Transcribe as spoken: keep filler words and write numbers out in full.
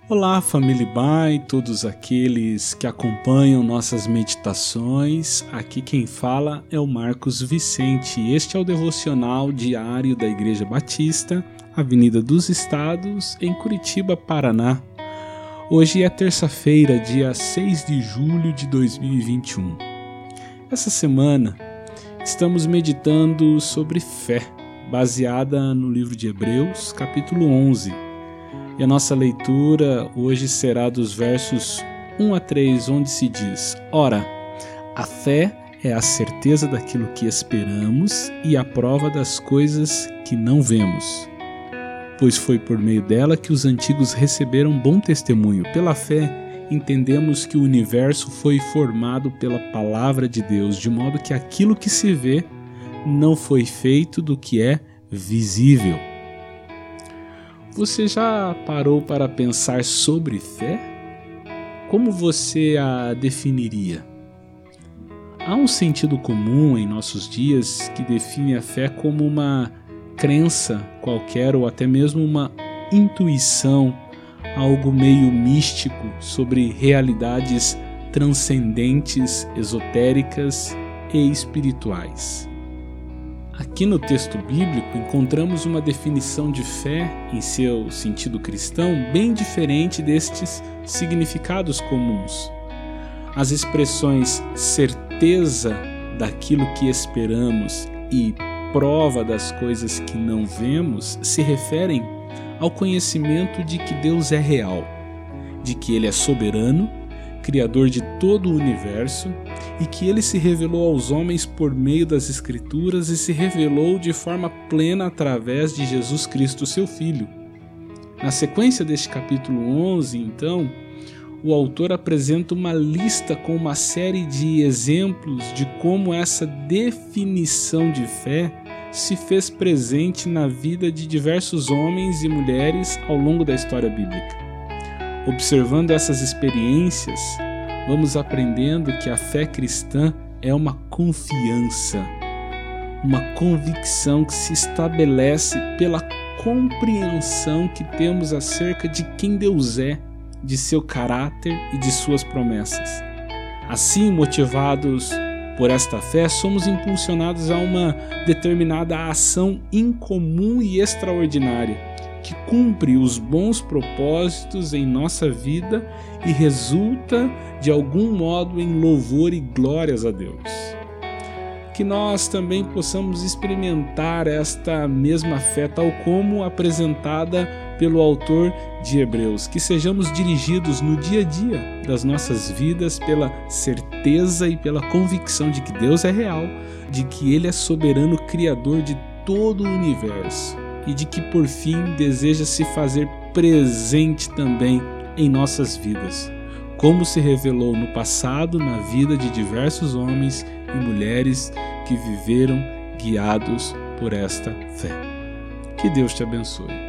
Olá, família Bai, todos aqueles que acompanham nossas meditações. Aqui quem fala é o Marcos Vicente. Este é o devocional diário da Igreja Batista, Avenida dos Estados, em Curitiba, Paraná. Hoje é terça-feira, dia seis de julho de dois mil e vinte e um. Essa semana estamos meditando sobre fé, baseada no livro de Hebreus, capítulo onze. E a nossa leitura hoje será dos versos um a três, onde se diz: Ora, a fé é a certeza daquilo que esperamos e a prova das coisas que não vemos. Pois foi por meio dela que os antigos receberam bom testemunho. Pela fé, entendemos que o universo foi formado pela palavra de Deus, de modo que aquilo que se vê não foi feito do que é visível. Você já parou para pensar sobre fé? Como você a definiria? Há um sentido comum em nossos dias que define a fé como uma crença qualquer ou até mesmo uma intuição, algo meio místico sobre realidades transcendentes, esotéricas e espirituais. Aqui no texto bíblico encontramos uma definição de fé em seu sentido cristão bem diferente destes significados comuns. As expressões certeza daquilo que esperamos e prova das coisas que não vemos se referem ao conhecimento de que Deus é real, de que Ele é soberano, Criador de todo o universo, e que Ele se revelou aos homens por meio das Escrituras e se revelou de forma plena através de Jesus Cristo, seu Filho. Na sequência deste capítulo onze, então, o autor apresenta uma lista com uma série de exemplos de como essa definição de fé se fez presente na vida de diversos homens e mulheres ao longo da história bíblica. Observando essas experiências, vamos aprendendo que a fé cristã é uma confiança, uma convicção que se estabelece pela compreensão que temos acerca de quem Deus é, de seu caráter e de suas promessas. Assim, motivados por esta fé, somos impulsionados a uma determinada ação incomum e extraordinária, que cumpre os bons propósitos em nossa vida e resulta, de algum modo, em louvor e glórias a Deus. Que nós também possamos experimentar esta mesma fé, tal como apresentada pelo autor de Hebreus, que sejamos dirigidos no dia a dia das nossas vidas pela certeza e pela convicção de que Deus é real, de que Ele é soberano Criador de todo o universo, e de que, por fim, deseja se fazer presente também em nossas vidas, como se revelou no passado na vida de diversos homens e mulheres que viveram guiados por esta fé. Que Deus te abençoe.